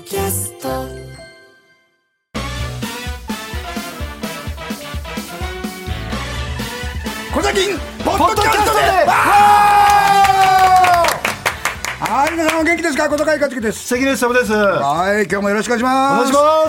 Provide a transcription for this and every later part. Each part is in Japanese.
キャスト。 小崎ポッドキャストではい、皆さんお元気ですか？小坂井和樹です。 関根様です。 はい、今日もよろしくお願いします。 お願いします。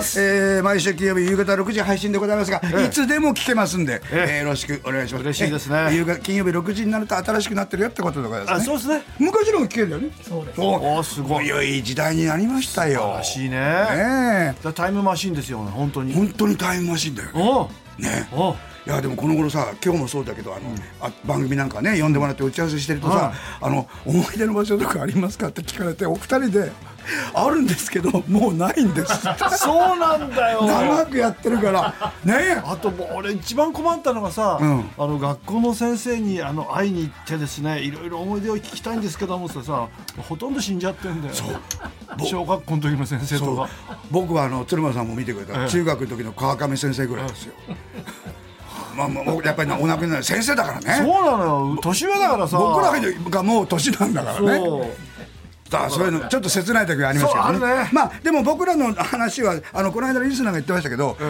毎週金曜日夕方6時配信でございますが、いつでも聞けますんで、よろしくお願いします。 嬉しいですね。 金曜日6時になると新しくなってるよってことでございますね。 あ、そうですね。 昔のも聞けるよね。 そうです。 お、すごい。 いい時代になりましたよ。 素晴らしいね。タイムマシンですよね、本当に。 本当にタイムマシンだよね。ね。いやでもこの頃さ、今日もそうだけど番組なんかね呼んでもらって打ち合わせしてるとさ、思い出の場所とかありますかって聞かれて、お二人であるんですけどもうないんですそうなんだよ。 長くやってるからね。 あともう俺一番困ったのがさ、学校の先生に会いに行ってですね、いろいろ思い出を聞きたいんですけどもさ、ほとんど死んじゃってるんだよ。小学校の時の先生とか。 僕は鶴間さんも見てくれた、中学の時の川上先生ぐらいですよ。やっぱりお亡くなり先生だからね。 そうなのよ、年上だからさ。 僕らがもう年なんだからね。そういうのちょっと切ない時がありますけどね。まあでも僕らの話はこの間リスナーが言ってましたけど、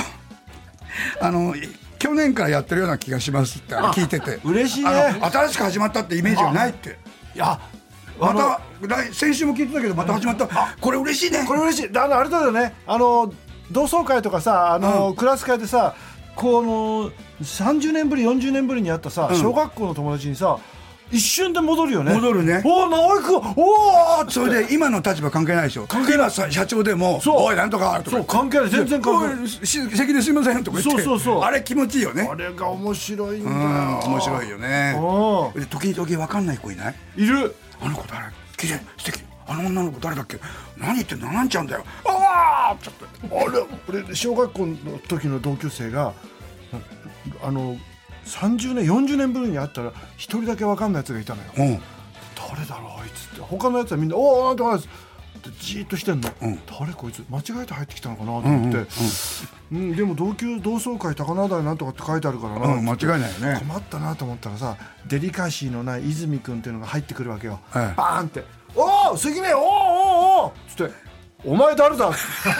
去年からやってるような気がしますって聞いてて、 嬉しいね。 新しく始まったってイメージがないって。いやまた先週も聞いてたけどまた始まった。これ嬉しいね。 これ嬉しい。あれだよね、同窓会とかさ、クラス会でさ、この30年ぶり40年ぶりに会ったさ、小学校の友達にさ一瞬で戻るよね。 戻るね。 おお、直井君、おお。 それで今の立場関係ないでしょ。関係ない。社長でもおいなんとかとか。 そう、関係ない。全然関係ない。 席ですいませんとか言って。そうあれ気持ちいいよね。 あれが面白いんだよ。 面白いよね。時々分かんない子いない？ いる。 あの子誰？綺麗素敵。あの女の子誰だっけ？何言ってんの？なんちゃうんだよ。ああちょっと。 あれ俺小学校の時の同級生が30年40年ぶりに会ったら一人だけ分かんないやつがいたのよ。誰だろうあいつって。他のやつはみんなおおなんとかですってじーっとしてんの。誰こいつ間違えて入ってきたのかなと思って、でも同窓会高輪台なんとかって書いてあるからな、 間違いないよね。 困ったなと思ったらさ、デリカシーのない泉君っていうのが入ってくるわけよ。バーンっておお関根おおつってお前誰だ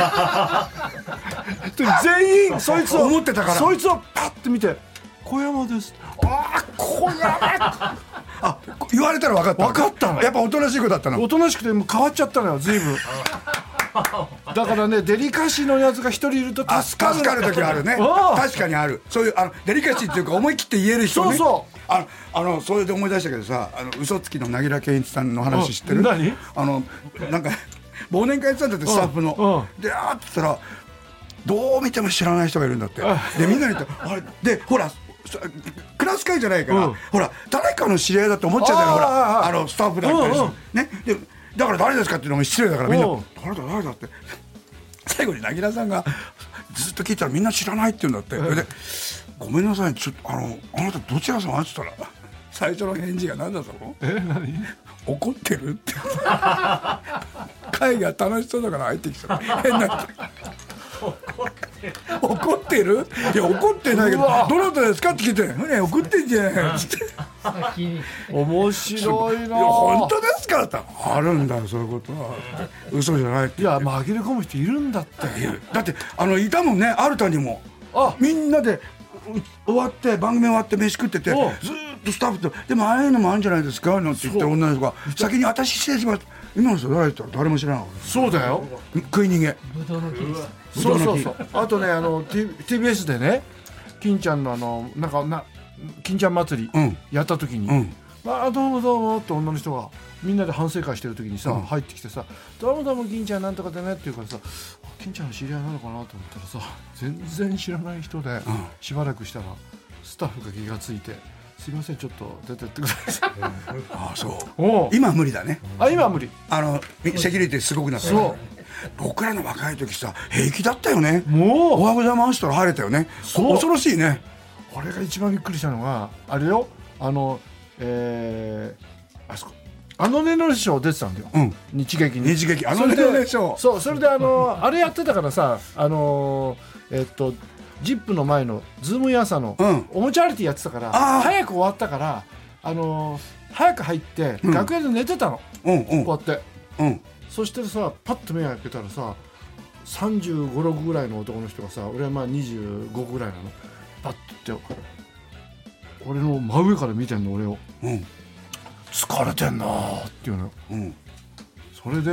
全員そいつを思ってたから、 そいつをパッて見て小山です。小山言われたら分かったの。 やっぱおとなしい子だったの。 おとなしくてもう変わっちゃったのよ随分だからね、デリカシーのやつが一人いると助かる時あるね。確かにある。そういうデリカシーっていうか思い切って言える人ね。それで思い出したけどさ、嘘つきの凪良健一さんの話知ってる？ 何？ なんか忘年会やってたんだって、スタッフのでって言ったらどう見ても知らない人がいるんだって。でみんなに言ってあれでほらクラス会じゃないから、ほら誰かの知り合いだと思っちゃうじゃない。ほらスタッフだったりね。でだから誰ですかっていうのも失礼だから、みんな誰だって最後に凪良さんがずっと聞いたらみんな知らないって言うんだって。でごめんなさい、ちょっとあなたどちら様って言ったら最初の返事が何だったの？ 何？ 怒ってるって会が楽しそうだから入ってきた変な怒ってる？いや怒ってないけどどなたですかって聞いて、ね、怒ってんじゃないって面白いな。 本当ですかってあるんだよ、そういうことは嘘じゃないって。 いや紛れ込む人いるんだって。 だっていたもんね、アルタにもみんなで終わって番組終わって飯食っててずーっとスタッフとでもああいうのもあるんじゃないですかなんて言って女の人が先に私失礼します今の人誰って言ったら誰も知らない。 そうだよ、 食い逃げ。 ぶどうの木です。 そうあとねTBS でね金ちゃんの金ちゃん祭りやった時に、どうもどうもって女の人がみんなで反省会してる時にさ、入ってきてさ、どうもどうも金ちゃんなんとかでねって言うからさ、金ちゃんの知り合いなのかなと思ったらさ、全然知らない人で、しばらくしたらスタッフが気がついて、すいませんちょっと出てってくださいそう今は無理だね。 今は無理。 セキュリティすごくなった。 そう僕らの若い時さ平気だったよね。 もうおはようございますしたら入れたよね。恐ろしいね。 俺が一番びっくりしたのがあれよ、あそこねのりショー出てたんだよ、日劇に。 日劇ねのりショー。 そう、それであれやってたからさ、ジップの前のズームイン朝のおもちゃアリティやってたから、早く終わったから早く入って楽屋で寝てたの、こうやって、 そしてさパッと目を開けたらさ35、6ぐらいの男の人がさ、俺はまあ25ぐらいなの、パッとって俺の真上から見てんの俺を、疲れてんなーっていうの、それでギュッギュッギュッギュッギュッギュ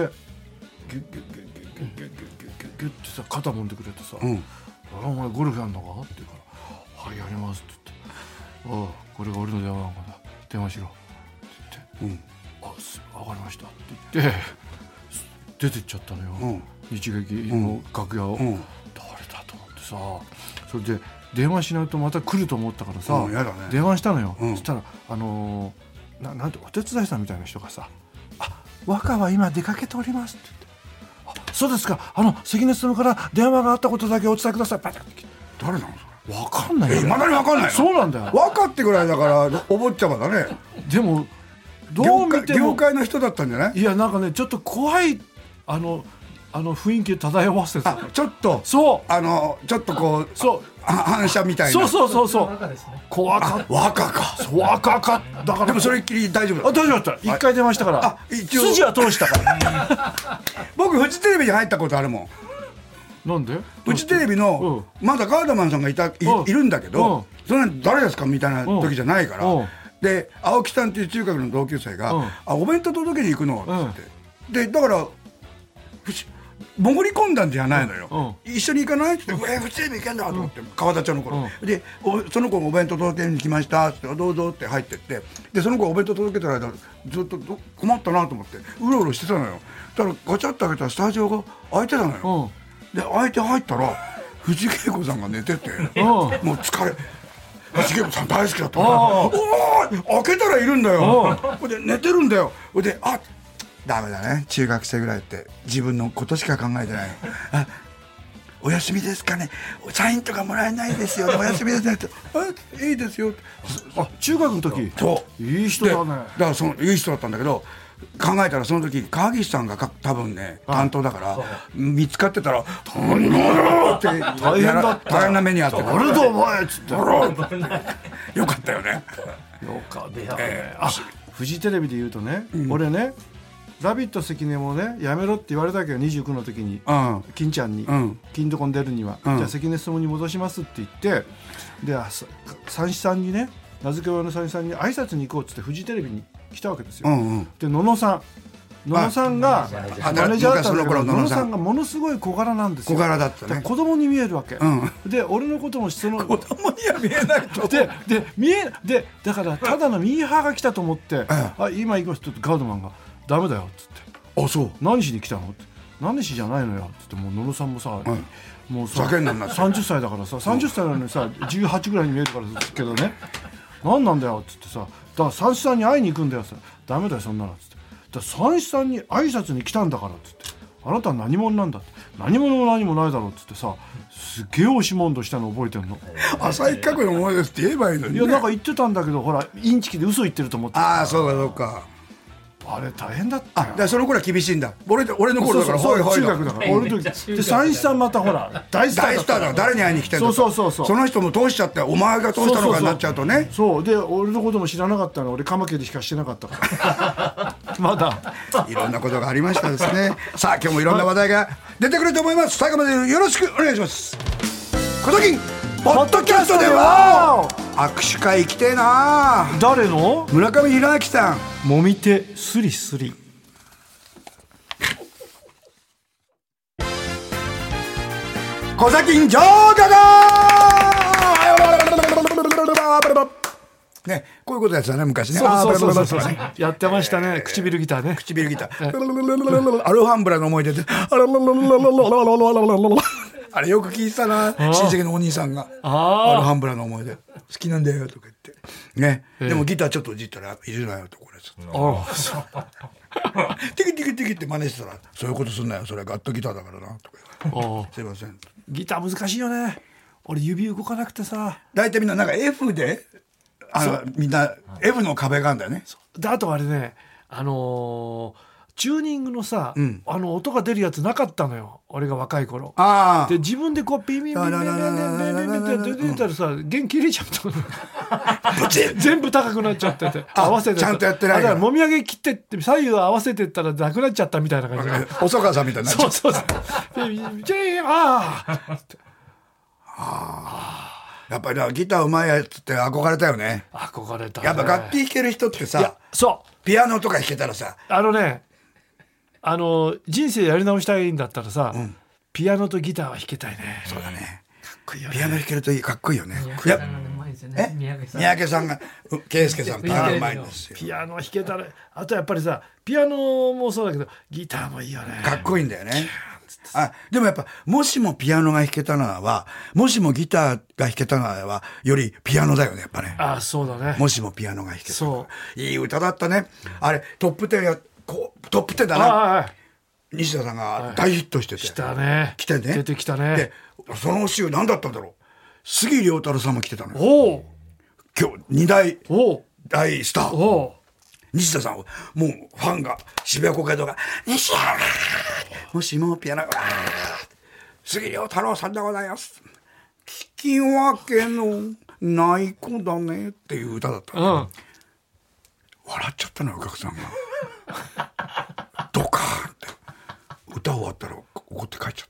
ッギュッってさ肩揉んでくれてさ、お前ゴルフやんのかって言うからはいやりますって言って、これが俺の電話番号だ電話しろって言って、分かりましたって言って出てっちゃったのよ、日劇の楽屋を、誰だと思ってさ、それで電話しないとまた来ると思ったからさ、 やだね、 電話したのよ、そしたらなんてお手伝いさんみたいな人がさ、若は今出かけておりますって言って、そうですか、関根勤から電話があったことだけお伝えください。誰なのそれ分かんないよ、 いまだに分かんないの。 そうなんだよ、 分かってぐらいだからお坊ちゃまだね。 でもどう見ても業界の人だったんじゃない？ いやなんかねちょっと怖い雰囲気漂わせてさ、 ちょっとそうちょっとこうそう反射みたいな。 そう怖かった。若かだからでもそれっきり大丈夫だ。 大丈夫だった。一回電話したから筋は通したから僕フジテレビに入ったことあるもん。なんで？ フジテレビのまだガードマンさんがいるんだけど、それ誰ですかみたいな時じゃないから、で青木さんっていう中学の同級生がお弁当届けに行くのってで、だから潜り込んだんじゃないのよ、一緒に行かないって言ってフジテレビ行けんだと思って、川田町の頃でその子がお弁当届けに来ましたってどうぞって入ってって、でその子がお弁当届けてる間ずっと困ったなと思ってうろうろしてたのよ。だからガチャッと開けたらスタジオが開いてたのよ、で開いて入ったら藤圭子さんが寝ててもう疲れ藤圭子さん大好きだったからおー開けたらいるんだよで寝てるんだよでダメだね中学生ぐらいって自分のことしか考えてないのお休みですかねサインとかもらえないですよお休みですねっていいですよ中学の時そういい人だね。だからいい人だったんだけど考えたらその時川岸さんが多分ね担当だから見つかってたら大変な目にあって誰だお前っつってよかったよね。 よかったね。フジテレビで言うとね、俺ねラビット関根もねやめろって言われたけど29の時に、金ちゃんに、金どこに出るには、じゃあ関根勤に戻しますって言ってで三枝さんにね名付け親の三枝さんに挨拶に行こうっつってフジテレビに来たわけですよ、で野々さんがマネージャーだったんだけど野々さんがものすごい小柄なんですよ。 小柄だったね。 子供に見えるわけ、で俺のことも子供には見えないとでだからただのミーハーが来たと思って今行きますってガードマンがダメだよっつってそう何しに来たのって何しじゃないのよっつって、もう野呂さんもさ、もうさ30歳だからさ30歳なのにさ18ぐらいに見えるからですけどね何なんだよっつってさ、だから三枝さんに会いに行くんだよってダメだよそんなのっつって、だから三枝さんに挨拶に来たんだからっつって、あなたは何者なんだって、何者も何もないだろうっつってさ、すげえ押し問答したの覚えてんの。 浅井過去の思いですって言えばいいのに、ね、 いやなんか言ってたんだけどほらインチキで嘘言ってると思ってそうかそうか、 あれ大変だったよ。 だからその頃は厳しいんだ。俺の頃だから中学だから俺の時で三枝さんまたほら大スターだから誰に会いに来てんだそうその人も通しちゃってお前が通したのかになっちゃうとね。 そうで俺のことも知らなかったの。俺カマキリしかしてなかったからまだいろんなことがありましたですね。さあ今日もいろんな話題が出てくると思います。最後までよろしくお願いします。小崎ポッドキャストでは握手会行きてえな。 誰の？ 村上弘明さん。 もみ手スリスリ。 小崎ジョーガガね、こういうことやつだね昔ね。 そうやってましたね。唇ギターね。 唇ギター。アルハンブラの思い出で。あれよく聞いてたな、親戚のお兄さんがアルハンブラの思い出好きなんだよとか言ってね、でもギターちょっといじったらいるなよとこれテキテキテキって真似してたらそういうことすんなよそれガットギターだからなとかすいません。 ギター難しいよね。俺指動かなくてさ、 大体みんななんか F でみんな F の壁があるんだよね。 であとあれねチューニングのさ、音が出るやつなかったのよ俺が若い頃。で自分でこうピンピンピンピンピンピンピンって出てたらさ弦切れちゃったのブチッ全部高くなっちゃってて合わせてちゃんとやってないからだからもみあげ切ってって左右合わせてったらなくなっちゃったみたいな感じで細川さんみたいになっちゃそうそうそうでジェーンやっぱりだからギターうまいやつって憧れたよね。 憧れたね。 やっぱ楽器弾ける人っていやさ、 そうピアノとか弾けたらさ、 人生やり直したいんだったらさ、ピアノとギターは弾けたいね。 そうだね。 かっこいいよね。 ピアノ弾けるとかっこいいよね。 三宅さんうまいですよね。 三宅さんが圭介さんピアノうまいんですよ。 ピアノ弾けたらあとやっぱりさピアノもそうだけどギターもいいよね。 かっこいいんだよね。でもやっぱもしもピアノが弾けたならば、もしもギターが弾けたならばよりピアノだよねやっぱね。 そうだね。 もしもピアノが弾けた。 そういい歌だったね。あれトップ10トップ10だな。西田さんが大ヒットしてて。 来たね。 来てね。 出てきたね。 でその週何だったんだろう。杉良太郎さんも来てたのよ。今日2大大スター。西田さんはもうファンが渋谷公会堂が西原もしもピアノ杉良太郎さんでございます。聞き分けのない子だねっていう歌だった、笑っちゃったのよお客さんがドカーンって歌終わったら怒って帰っちゃった。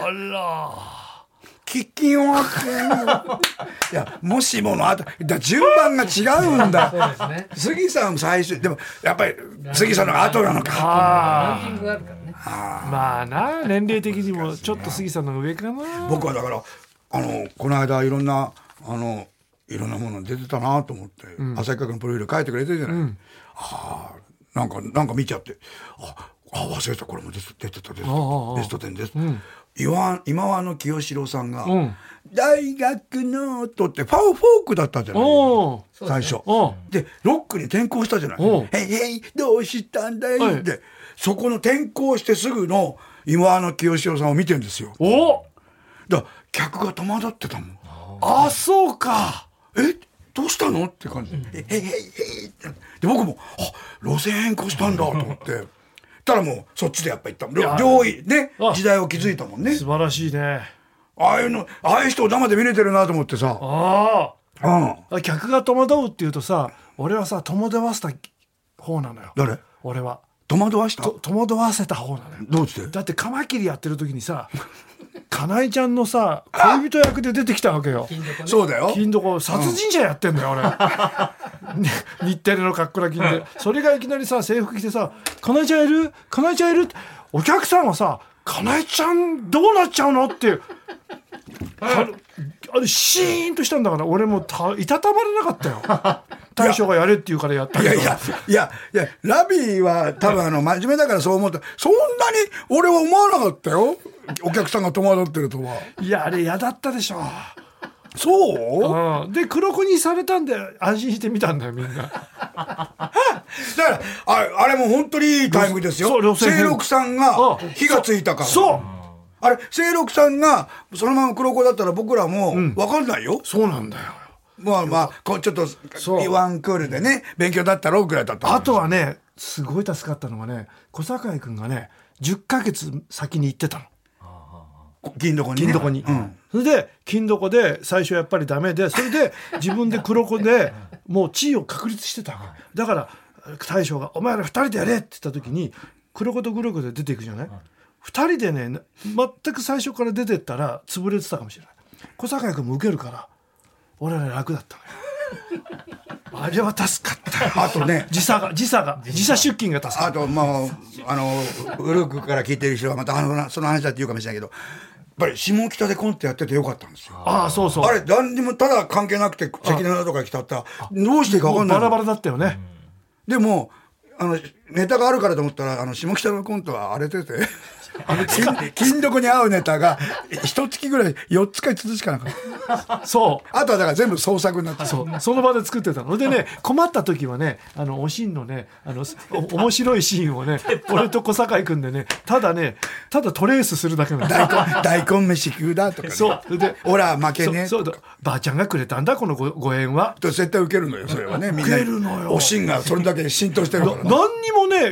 あら聞き分けのいやもしもの後順番が違うんだ。そうですね。杉さん最初でもやっぱり杉さんのが後なのか。 ランキングがあるからね。 まあな年齢的にもちょっと杉さんの上かな。 僕はだからこの間いろんなもの出てたなと思って、朝日課のプロフィール書いてくれてるじゃない。なんか見ちゃって忘れたこれも出てたベスト10です。今和の清志郎さんが、大学のとってフォークだったじゃない最初でロックに転向したじゃない。へいへいどうしたんだいって、そこの転向してすぐの今和の清志郎さんを見てるんですよ。だから客が戸惑ってたもん。 そうか。 どうしたのって感じで、へいへいへいってで僕も路線変更したんだと思ってたらもうそっちでやっぱ行った両位ね時代を築いたもんね。 素晴らしいね。 ああいう人を生で見れてるなと思ってさ。 客が戸惑うっていうとさ、俺はさ戸惑わせた方なのよ。 誰？ 俺は戸惑わせた方なのよ。 どうして？ だってカマキリやってる時にさかなえちゃんのさ恋人役で出てきたわけよ。 そうだよ。 金床殺人者やってんだよ俺。日テレのかっこら金でそれがいきなりさ制服着てさかなえちゃんいるかなえちゃんいるってお客さんはさかなえちゃんどうなっちゃうのってあれシーンとしたんだから俺もいたたまれなかったよ。大将がやれって言うからやったけど。 いやラビーは多分真面目だからそう思った。そんなに俺は思わなかったよ。お客さんが戸惑ってるとは。いやあれ嫌だったでしょ。 そう、 で黒子にされたんで安心して見たんだよみんな。だからあれも本当にいいタイムですよ。清六さんが火がついたから。そうあれ清六さんがそのまま黒子だったら僕らも分かんないよ。 そうなんだよ。 まあちょっとワンクールでね勉強だったろうぐらいだった。 あとはねすごい助かったのがね小堺君がね10ヶ月先に行ってたの。 金床に、 それで金床で最初やっぱりダメでそれで自分で黒子でもう地位を確立してた。だから大将が「お前ら2人でやれ」って言った時に黒子と黒子で出ていくじゃない。2人でね全く最初から出てったら潰れてたかもしれない。小堺君も受けるから俺ら楽だったのよ。あれは助かったよ。 あとね時差出勤が助かった。 あと古くから聞いてる人はまたその話だって言うかもしれないけどやっぱり下北でコントやっててよかったんですよ。 そうそう。 あれ何にもただ関係なくて関根とか来たったらどうしていいか分かんない。 バラバラだったよね。 でもネタがあるからと思ったら下北のコントは荒れてて金床に合うネタが一月ぐらい4つか5つしかなかった。そうあとはだから全部創作になってその場で作ってたのでね困った時はねおしんのね面白いシーンをね俺と小堺君でねただトレースするだけなの。 大根飯食うだとかね。 そうでオラ負けねそうばあちゃんがくれたんだこのご縁はと絶対受けるのよそれはね。みんな受けるのよ。 おしんがそれだけ浸透してるから、ね、 何にもね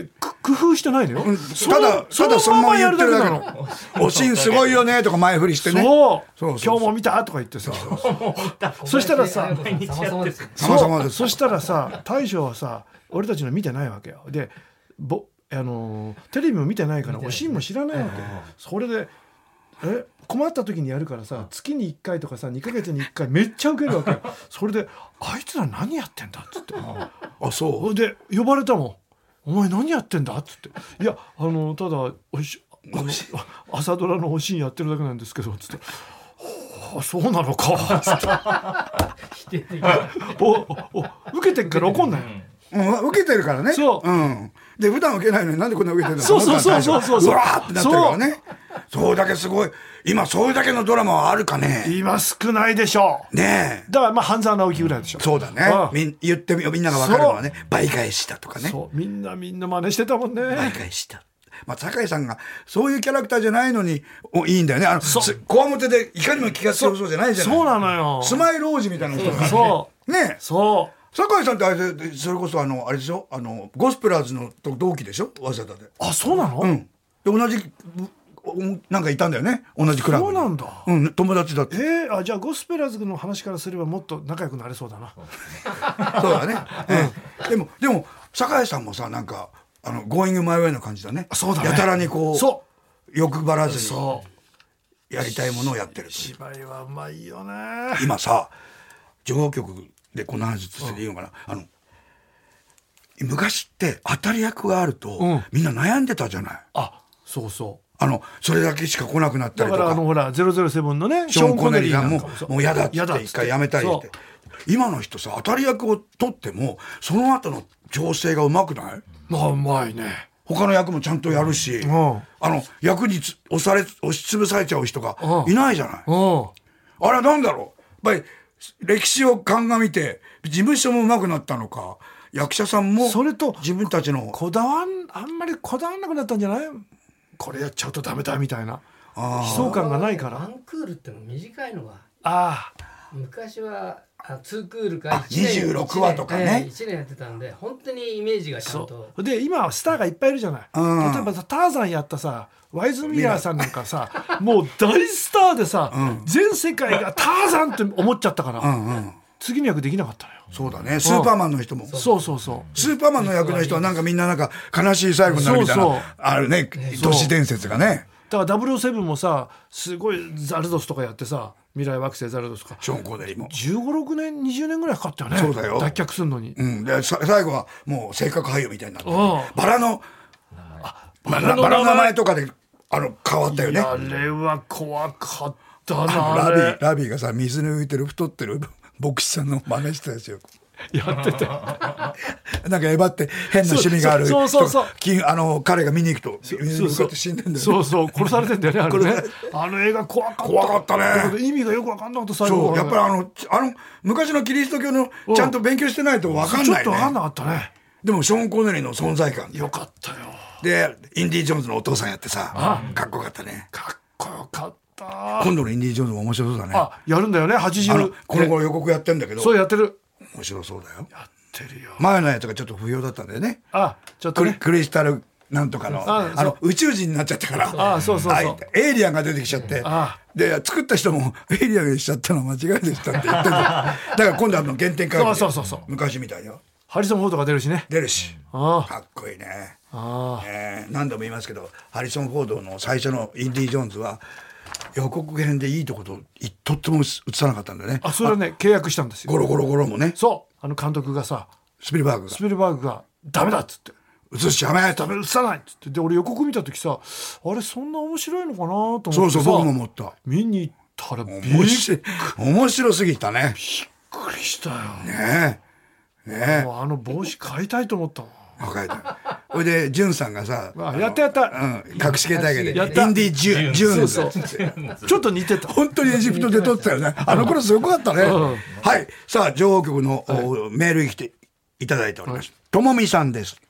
工夫してないのよ、 ただそのまま言ってるだけなの。おしんすごいよねとか前振りしてね。 そう今日も見たとか言ってさ、そしたらさそしたらさ大将はさ俺たちの見てないわけよ。でテレビも見てないからおしんも知らないわけ。それで困った時にやるからさ、月に1回とかさ2ヶ月に1回めっちゃウケるわけよ。それであいつら何やってんだっつってあそうで呼ばれたもん。お前何やってんだっつって、いやただ朝ドラのおしんやってるだけなんですけどつって、あそうなのかつって受けてっから怒んないよ、 受けてるからね。 そう、 で普段受けないのになんでこんな受けてるのかそううわーってなってるからね。そうだけすごい今そういうだけのドラマはあるかね。 今少ないでしょねえ。 だから半沢直樹ぐらいでしょ。 そうだね。言ってみよみんなが分かるのはね、倍返しだとかね。 そうみんな真似してたもんね。 倍返しだ。酒井さんがそういうキャラクターじゃないのにいいんだよね。こわもてでいかにも気が強そうじゃないじゃない。 そうなのよ。 スマイル王子みたいな人がそうね。 そう酒井さんってあれでそれこそあれでしょ、ゴスペラーズの同期でしょ、早稲田で。 あそうなの。 で同じなんかいたんだよね、同じクラブに。 そうなんだ。 友達だって。 じゃあゴスペラーズの話からすればもっと仲良くなれそうだな。 そうだね。でも酒井さんもさなんかゴーイングマイウェイの感じだね。 そうだね。 やたらにこう欲張らずにやりたいものをやってる。 芝居はうまいよね。 今さ情報局でこの話していいのかな、昔って当たり役があると、みんな悩んでたじゃない。 あそうそう。 それだけしか来なくなったりとか。 だからほら007のねショーン・コネリーがもう嫌だって一回やめたりして。今の人さ当たり役を取ってもその後の調整がうまくない？ うまいね。 他の役もちゃんとやるし、役に押しつぶされちゃう人がいないじゃない。あれなんだろう、やっぱり歴史を鑑みて事務所もうまくなったのか、役者さんもそれと自分たちのあんまりこだわんなくなったんじゃない？これやっちゃうとダメだみたいな悲壮感がないから。 ワンクールっての短いのが昔は2クールか 26話とかね 1年やってたんで本当にイメージがちゃんと。 で今はスターがいっぱいいるじゃない。例えばさターザンやったさワイズ・ミラーさんなんかさもう大スターでさ、全世界がターザンって思っちゃったから、次の役できなかったのよ。 そうだね。スーパーマンの人もそうスーパーマンの役の人はなんかみんななんか悲しい最後になるみたいなあるね、都市伝説がね。 だから007もさすごいザルドスとかやってさ未来惑星ザルドスとかショーン・コネリーも 15、6年20年ぐらいかかったよね。 そうだよ。 脱却するのに。 で最後はもう性格俳優みたいになってバラの名前とかで変わったよね。 あれは怖かったな。 ラビーがさ水に浮いてる太ってる牧師さんの真似してたですよ。 やってたなんかえばって変な趣味がある人そう彼が見に行くと水に向かって死んでんだよね。 そう殺されてんだよねあの映画怖かったね。意味がよく分かんなかった最後。 そうやっぱり昔のキリスト教のちゃんと勉強してないと分かんないね。 ちょっと分かんなかったね。 でもショーン・コネリーの存在感よかったよ。 でインディ・ジョーンズのお父さんやってさかっこよかったね。 かっこよかった。 今度のインディ・ジョーンズも面白そうだね。 やるんだよね80。 この頃予告やってんだけど。 そうやってる。 面白そうだよ。 やってるよ。 前のやつがちょっと不評だったんだよね。 ちょっとねクリスタルなんとかの宇宙人になっちゃったからエイリアンが出てきちゃってで作った人もエイリアンにしちゃったのは間違いでしたって言ってるだから今度は原点回帰で昔みたいよ。 ハリソン・フォードが出るしね。 出るしかっこいいね。何度も言いますけどハリソン・フォードの最初のインディ・ジョーンズは予告編でいいとことっても映さなかったんだよね。 それはね契約したんですよ。 ゴロもね。 そう監督がさスピルバーグがダメだっつって映しちゃダメ映さないっつって。で俺予告見た時さあれそんな面白いのかなと思ってさそう僕も思った。 見に行ったら面白すぎたね。 びっくりしたよねえ。 帽子買いたいと思ったもん。 それでジュンさんがさやった隠し形態でインディ・ジュンズちょっと似てた。 本当にエジプトで撮ってたよね。頃すごかったね。はいさあ情報局のメール来ていただいております。ともみさんです。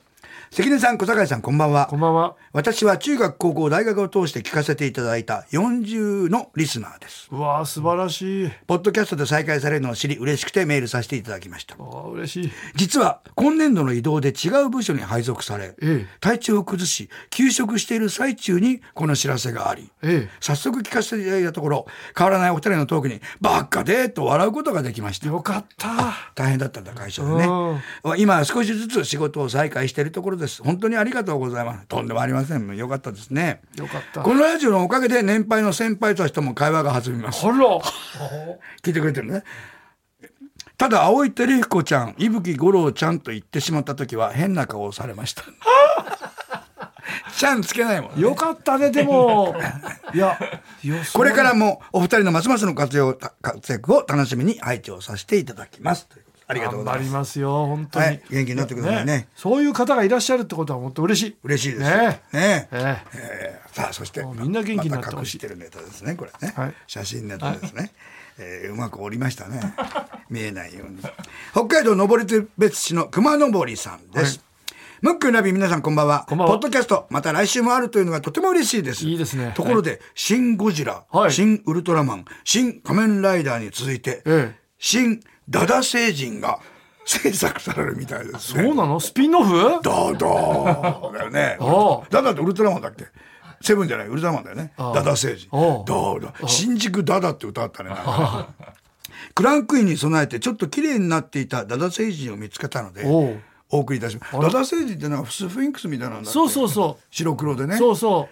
関根さん、小坂井さん、こんばんは。 こんばんは。 私は中学、高校、大学を通して聞かせていただいた40のリスナーです。 うわー、素晴らしい。 ポッドキャストで再開されるのを知り、嬉しくてメールさせていただきました。 嬉しい。 実は今年度の異動で違う部署に配属され、体調を崩し休職している最中にこの知らせがあり、早速聞かせていただいたところ、変わらないお二人のトークにバッカでと笑うことができました。 よかった。 大変だったんだ、会社でね。今は少しずつ仕事を再開しているところです。本当にありがとうございます。とんでもありません。よかったですね。 よかった。 このラジオのおかげで年配の先輩たちとも会話が弾みます。 あら聞いてくれてるね。ただ青井照彦ちゃん、伊吹五郎ちゃんと言ってしまった時は変な顔をされました。ちゃんつけないもんね。 よかったね。でもいやこれからもお二人のますますの活躍を楽しみに拝聴させていただきます。ありがとうございます。 頑張りますよ、本当に、 はい、元気になってください ね。 そういう方がいらっしゃるってことは本当嬉しい。 嬉しいですね。さあ、そしてみんな元気になってほしい。 また隠してるネタですね、これね、 はい、 写真ネタですね、うまく折りましたね。見えないように。北海道登別市の熊登さんです、ムックンラビー、皆さんこんばんは。ポッドキャストまた来週もあるというのがとても嬉しいです。 いいですね。 ところで、シン・ゴジラ、シン・ウルトラマン、シン・仮面ライダーに続いて、シン・ダダ星人が制作されるみたいですね。 そうなの？スピンオフ？ ダダだよね。ダダってウルトラマンだっけ？セブンじゃない、ウルトラマンだよね。ダダ星人。ダダ。新宿ダダって歌ったね。クランクインに備えてちょっと綺麗になっていたダダ星人を見つけたのでお送りいたします。ダダ星人ってのはスフィンクスみたいなんだって。 そうそうそう。 白黒でね。 そうそう。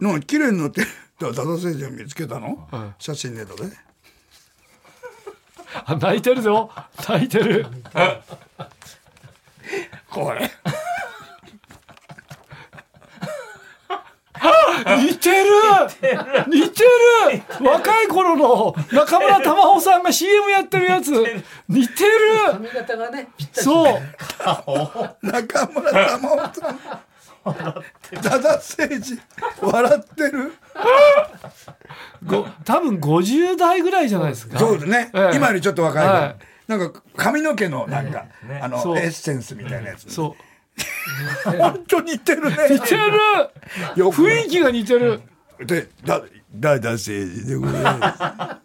の綺麗になってダダ星人を見つけたの。写真ネタで。 泣いてるぞ。泣いてる。 これ。 似てる似てる。若い頃の中村玉緒さんが CM やってるやつ似てる。 髪型がねぴったり。 そう中村玉緒さんダダ星人笑ってる。 多分50代ぐらいじゃないですか。 そうですね、今よりちょっと若いから、なんか髪の毛のなんか、エッセンスみたいなやつ、そう本当似てるね。 似てる。雰囲気が似てる。 でダダ星人でございます。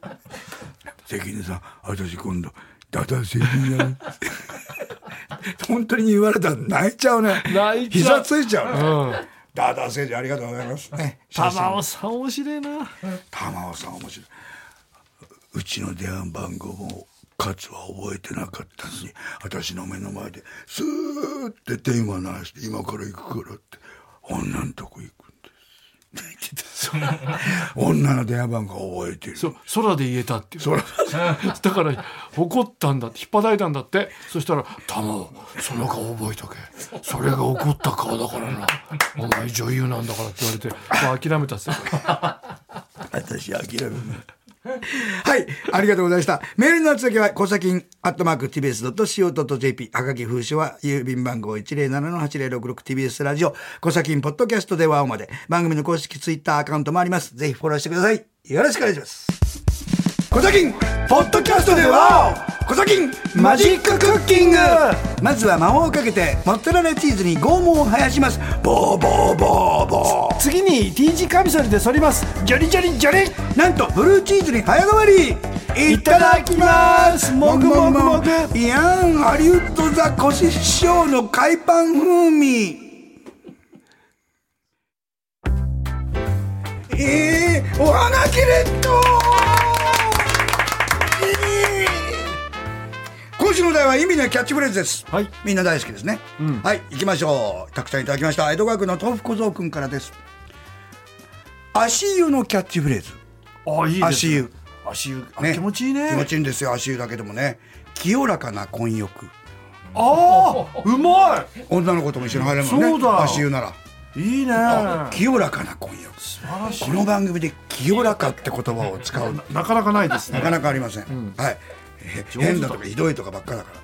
関根さん、私今度ダダ星人やる本当に言われたら泣いちゃうね。膝ついちゃうね、ダダ星人ありがとうございますね。 玉緒さん面白いな。 玉緒さん面白い。うちの電話番号も勝は覚えてなかったのに、私の目の前でスーって電話鳴らして、今から行くからって女のとこ行くんです女の電話番号覚えてる。 空で言えたっていう。だから怒ったんだって、引っ叩いたんだって。そしたら玉緒、その顔覚えとけ、それが怒った顔だからな、お前女優なんだからって言われて、もう諦めたっすよ私諦めないはい、ありがとうございました。メールの宛先はコサキン@tbs.co.jp、はがき封書は郵便番号 107-8066 TBS ラジオコサキンポッドキャストではおまで。番組の公式ツイッターアカウントもあります。ぜひフォローしてください。よろしくお願いします。コサキンポッドキャストではコサキンマジッククッキング。まずは魔法をかけてモッツァレラチーズに拷問を生やします。ボーボーボーボー。 次に T 字カミソリで剃ります。ジョリジョリジョリ。 なんとブルーチーズに早変わり。いただきます。もぐもぐもぐ。いやん、ハリウッドザコシ師匠の海パン風味。おはがきレッド。今週の題は意味のキャッチフレーズです、みんな大好きですね、はい、行きましょう。たくさんいただきました。江戸川区の豆腐小僧くんからです。足湯のキャッチフレーズ。 いいですね。 足湯、 ね、気持ちいいね。 気持ちいいんですよ、足湯だけでもね。清らかな混浴。 うまい。 女の子とも一緒に入れるもんね。 そうだ、 足湯ならいいね。 清らかな混浴。素晴らしい。この番組で清らかって言葉を使うなかなかないですね。 なかなかありません、はい。変だとかひどいとかばっかだから。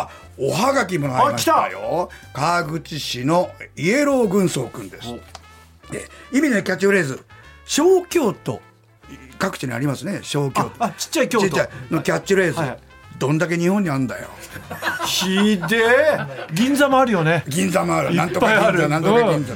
おはがきもらいましたよ。川口市のイエロー軍曹くんです。で、意味のキャッチフレーズ、小京都、各地にありますね、小京都。 ちっちゃい京都。 ちっちゃいのキャッチフレーズ、 どんだけ日本にあんだよ。 ひでえ。銀座もあるよね。 銀座もある。なんとか銀座、なんとか銀座って。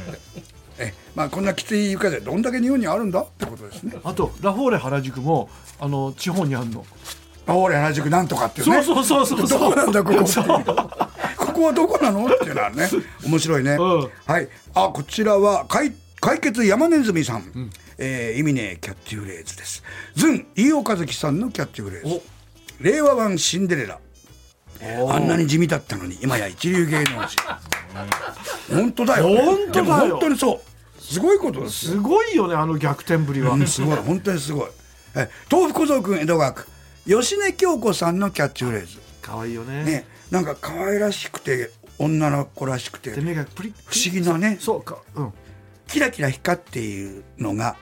まあこんなきつい床でどんだけ日本にあるんだってことですね。 あとラフォーレ原宿も地方にあるの。 ラフォーレ原宿なんとかっていうね。 そうどこなんだここっていう。ここはどこなのっていうのはね、面白いね。はい。こちらは解決山ネズミさん。意味ねキャッチフレーズです。ズン飯尾和樹さんのキャッチフレーズ。令和版シンデレラ。あんなに地味だったのに今や一流芸能人。本当だよ。でも本当にそう。すごいことです。 すごいよね、逆転ぶりは。 すごい、本当にすごい。豆腐小僧くん江戸川区芳根京子さんのキャッチフレーズ。 可愛いよね。 なんか可愛らしくて女の子らしくて目がプリ不思議なね。 そうか。 キラキラ光っているのが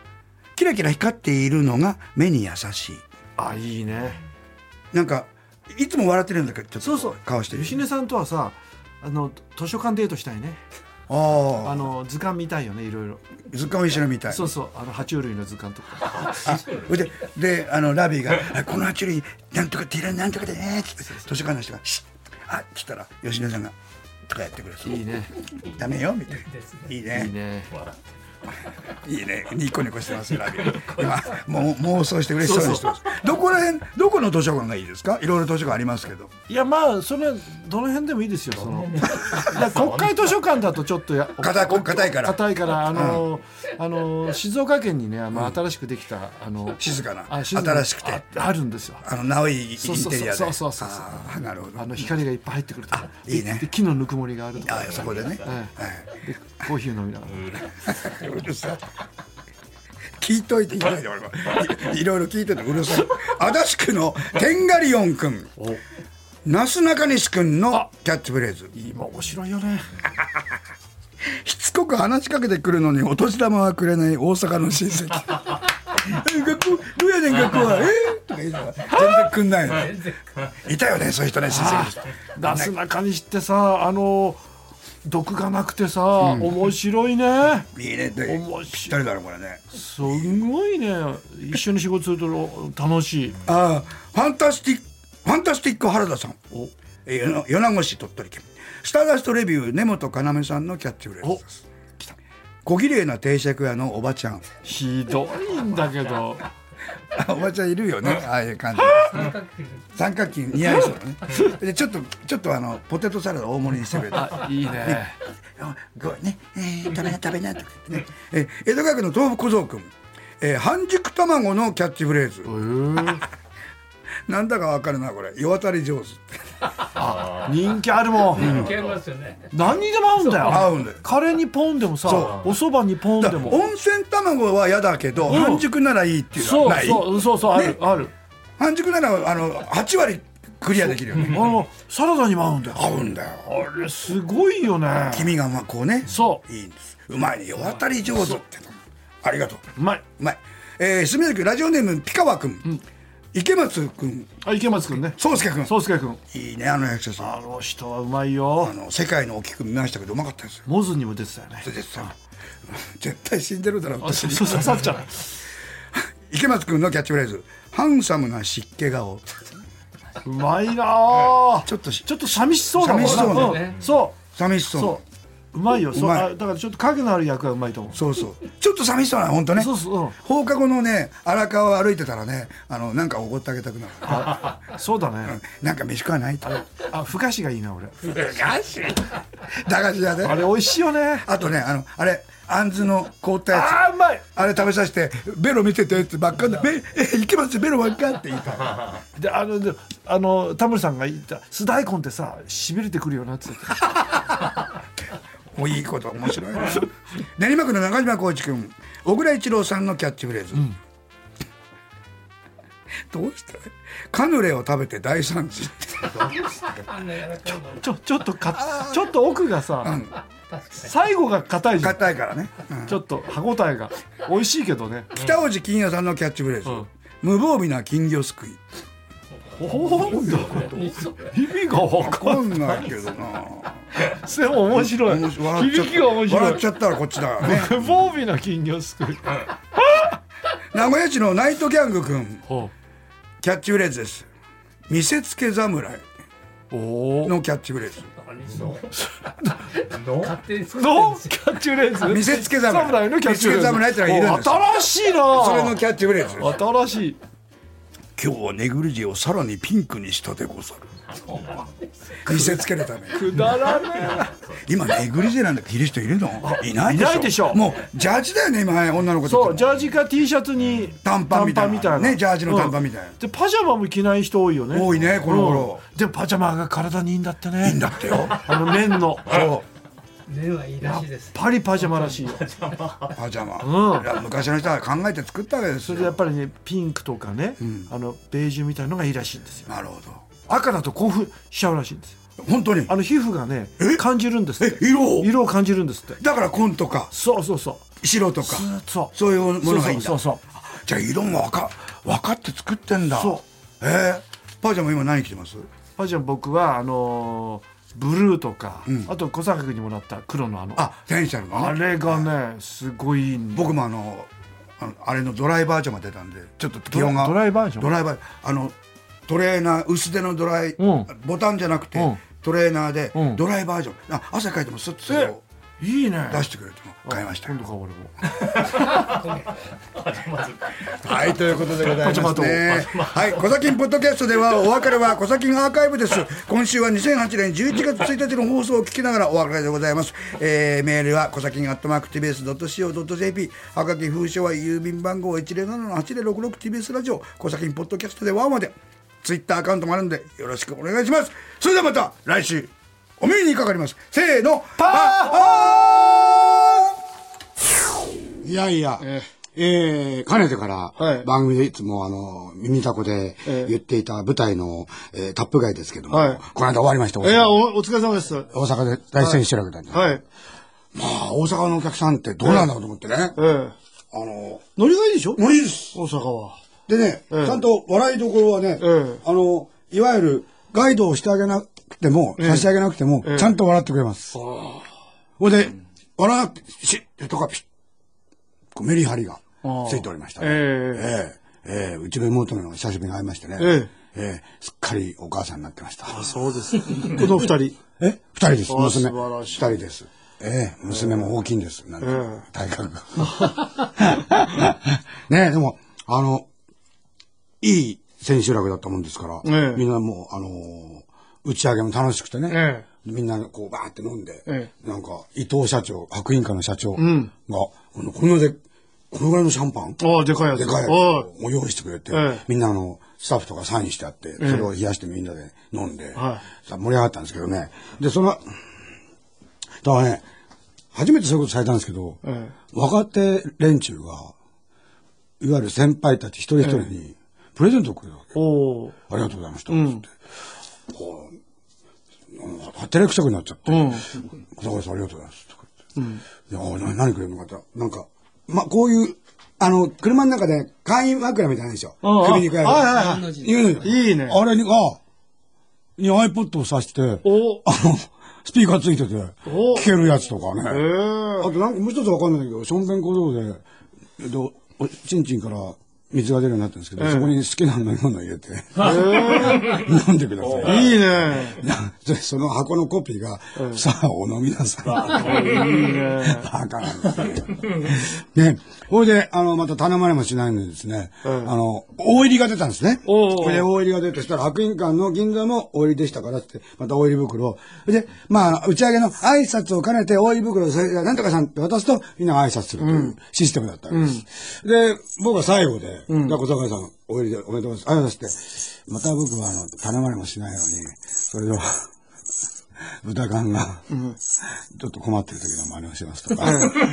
目に優しい。 いいね。 なんかいつも笑ってるんだけどちょっと顔してる。 芳根さんとはさ図書館デートしたいね。図鑑見たいよね、いろいろ。図鑑を一緒に見たい。 そうそう、爬虫類の図鑑とか。 でラビーがこの爬虫類なんとかってなんとかでねって図書館の人がシッっつったら芳根さんがとかやってくれる。 いいね。 ダメよみたいな。いいね。 いいね。 いいね。ニコニコしてますよラビー。今妄想して嬉しそうにしてます。どこの図書館がいいですか？いろいろ図書館ありますけど。 いやまあそれどの辺でもいいですよ。国会図書館だとちょっと硬いから静岡県にね新しくできた静かな新しくてあるんですよ。 直いインテリアで。 そうなるほど。 光がいっぱい入ってくると。 いいね。 木のぬくもりがあると。 そこでね。 コーヒー飲みながら。 うるさい。聞いといていないで俺もいろいろ聞いててうるさい。足立区のテンガリオンくん、なすなかにしくんのキャッチフレーズ。 今面白いよね。 しつこく話しかけてくるのにお年玉はくれない大阪の親戚。学校どうやねん学校はとか言うのが全然くんないの。いたよねそういう人ね、親戚の人。 なすなかにしってさ毒がなくてさ、面白いね。 いいね。面白いだろこれね。 すごいね。一緒に仕事すると楽しい。 ファンタスティック原田さん。米子市鳥取県。スターダストレビュー根本要さんのキャッチフレーズです。小綺麗な定食屋のおばちゃん。 ひどいんだけど。 おばちゃんいるよね、ああいう感じ。三角形似合いそうだね。でちょっとポテトサラダ大盛りにしてくれた。 いいね。 ごめんね、食べなとか言ってね。江戸川区の豆腐小僧くん、半熟卵のキャッチフレーズ。なんだかわかるなこれ。世渡り上手。 人気あるもん。 人気ありますよね。 何にでも合うんだよ。 合うんだよ。 カレーにポンでもさ、お蕎麦にポンでも。 温泉卵は嫌だけど半熟ならいいっていうのはない。 そうある。 半熟なら8割クリアできるよね。 サラダにも合うんだよ。 合うんだよ。 あれすごいよね。 黄身がこうね。 そういいんです。うまいね。世渡り上手っての。ありがとう。 うまい。 住田区ラジオネームピカワくん。池松くん。 池松くんね。 宗介くん。いいね役者さん。 人はうまいよ。 世界の大きく見ましたけどうまかったですよ。 モズにも出てたよね。 絶対死んでるだろう。 そう刺さっちゃう。 池松くんのキャッチフレーズ。ハンサムな湿気顔。 うまいな。 ちょっと寂しそうだもん。 寂しそう。 うまいよ。だからちょっと影のある役はうまいと思う。 そうちょっと寂しそうな本当ね。放課後のね荒川を歩いてたらねなんかおごってあげたくなる。 そうだね。 なんか飯食わないと。 ふ菓子がいいな俺。 ふ菓子。駄菓子屋で。 あれ美味しいよね。 あとねあれあんずの凍ったやつ。 うまい。 あれ食べさせてベロ見ててってばっかでいけますベロばっかって言いたい。 でタモリさんが言った酢大根ってさしびれてくるよなって言ってた。 もういいこと面白いな。練馬区の中島浩一君、小倉一郎さんのキャッチフレーズ。どうしてカヌレを食べて大惨事。 ちょっと奥がさ、最後が硬いじゃん。 硬いからね。 ちょっと歯ごたえが美味しいけどね。 北大路金也さんのキャッチフレーズ。無防備な金魚すくい。 意味が分かんないけどな。 でも面白い。響きが面白い。 笑っちゃったらこっちだからね。 無防備な金魚すくい。 名古屋市のナイトギャング君キャッチフレーズです。 見せつけ侍のキャッチフレーズ。 勝手に作のキャッチフレーズ。 見せつけ侍のキャッチフレーズ。 見せつけ侍ってのがいるんですよ。 新しいな。 それのキャッチフレーズです。 新しい。 今日はネグリジェをさらにピンクにしたでござる。見せつけるために。 くだらねえ。今ネグリジェなんて着る人いるの？いないでしょ。もうジャージだよね今女の子って。 そう、ジャージか T シャツに短パンみたいなね、ジャージの短パンみたいな。 でパジャマも着ない人多いよね。 多いねこの頃。 でもパジャマが体にいいんだってね。 いいんだってよ。 綿の。 そう。 麺はいいらしいです。 パリパジャマらしいよ。 パジャマ。いや昔の人は考えて作ったわけですよ。 それでやっぱりねピンクとかね、ベージュみたいのがいいらしいんですよ。 なるほど。 赤だと興奮しちゃうらしいんですよ。 本当に。 皮膚がね感じるんですって。色を感じるんですって。 だから紺とか。 そうそうそう。 白とか。そういうものがいいんだ。そうそう。じゃあ色も分かって作ってんだ。そう。パジャマ今何着てます？ パジャマ僕はブルーとか、あと小坂君にもらった黒のテンシャルのね。 あれがねすごいいいんだ。 僕もあれのドライバージョンが出たんでちょっと気温がドライバージョン。 ドライバートレーナー薄手のドライ、ボタンじゃなくて、トレーナーで、ドライバージョン汗かいてもスッとそれをいいね出してくれても買いましたよ。 今度買おう俺も。 はい、ということでございますね。はい、コサキンポッドキャストではお別れはコサキンアーカイブです。今週は2008年11月1日の放送を聞きながらお別れでございます。メールはコサキン@tbs.co.jp、はがき封書は郵便番号 107-8066 TBS ラジオコサキンポッドキャストでワンまでツイッターアカウントもあるんでよろしくお願いします。それではまた来週お耳にかかります。せーの、パー。いやいや、かねてから番組でいつも耳たこで言っていた舞台のタップ街ですけども、この間終わりました。 いや、お疲れ様です。 大阪で大戦してるわけなんで、まあ大阪のお客さんってどうなんだろうと思ってね。 ノリがいいでしょ？ ノリです。 大阪は。でね、ちゃんと笑いどころはね、いわゆるガイドをしてあげなくても、差し上げなくても、ちゃんと笑ってくれます。ほいで、笑わなくて、シッとかピッ、メリハリがついておりましたね。うちの妹の久しぶりに会いましてね、すっかりお母さんになってました。 そうです。この二人。 二人です。娘。 二人です。娘も大きいんです。体格が。ね、でも、いい千秋楽だったもんですから、みんなもう、打ち上げも楽しくてね、みんなこうバーって飲んで、なんか伊藤社長、白銀課の社長が、このぐらいのシャンパン、 でかいやつを用意してくれて、みんなスタッフとかサインしてあって、それを冷やしてみんなで飲んで、盛り上がったんですけどね。で、だからね、初めてそういうことされたんですけど、若手連中が、いわゆる先輩たち一人一人にプレゼントをくれるわけ。ありがとうございました。つって。照れくさくなっちゃって。小坂さんありがとうございます。何くれるのかって。なんか、こういう、車の中で簡易枕みたいなんでしょ。首にかける。 いいね。 あれに iPod を挿して、スピーカーついてて、聴けるやつとかね。あとなんかもう一つわかんないけど、ションベン小僧で、チンチンから水が出るようになってるんですけど、そこに好きな飲み物入れて、飲んでください。 いいね。 で、その箱のコピーが、さあ、お飲みなさい。いいね。バカなんですね。ね、ほいで、また頼まれもしないのにですね、大入りが出たんですね。それで大入りが出てしたら、白銀館の銀座も大入りでしたからって、また大入り袋。で、打ち上げの挨拶を兼ねて大入り袋を、なんとかさんって渡すと、みんなが挨拶するというシステムだったんです。で、僕は最後で、小坂さん、お入りでおめでとうございます。ありがとうございますって、また僕は頼まれもしないのに、それでは、豚缶が、ちょっと困ってる時の真似をしますとか、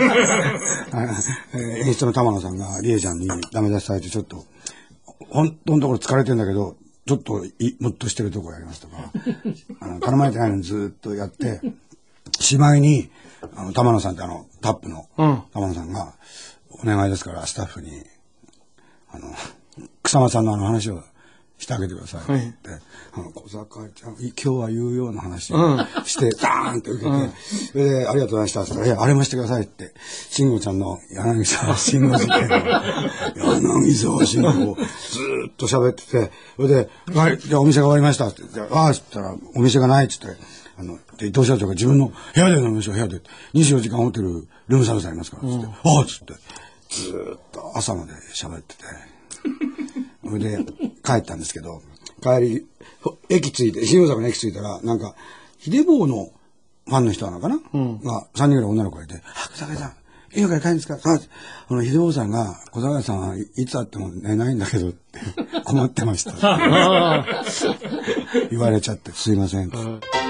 演出の玉野さんがリエちゃんにダメ出しされて、ちょっと、本当のところ疲れてんだけど、ちょっとムッとしてるところやりますとか、頼まれてないのにずっとやって、しまいに、玉野さんってタップの玉野さんが、お願いですからスタッフに、草間さんの話をしてあげてくださいって言って、小坂ちゃん、今日は言うような話をして、ダーンって受けて、それで、ありがとうございましたって言ったら、あれもしてくださいって、慎吾ちゃんの柳沢慎吾事件の、柳沢慎吾をずーっと喋ってて、それで、じゃあお店が終わりましたって言って、ああ、って言ったら、お店がないって言って、で、伊藤社長が自分の部屋で飲みましょう、部屋で。24時間ホテル、ルームサービスありますから、つって、ああ、つって、ずーっと朝まで喋ってて、それで、帰ったんですけど、帰り、駅着いて、新大阪の駅着いたら、なんか、秀坊のファンの人なのかな、が、3人ぐらい女の子がいて、小坂さん、今から帰るんですか？秀坊さんが、小坂さんはいつ会っても寝ないんだけどって、困ってました。言われちゃって、すいません。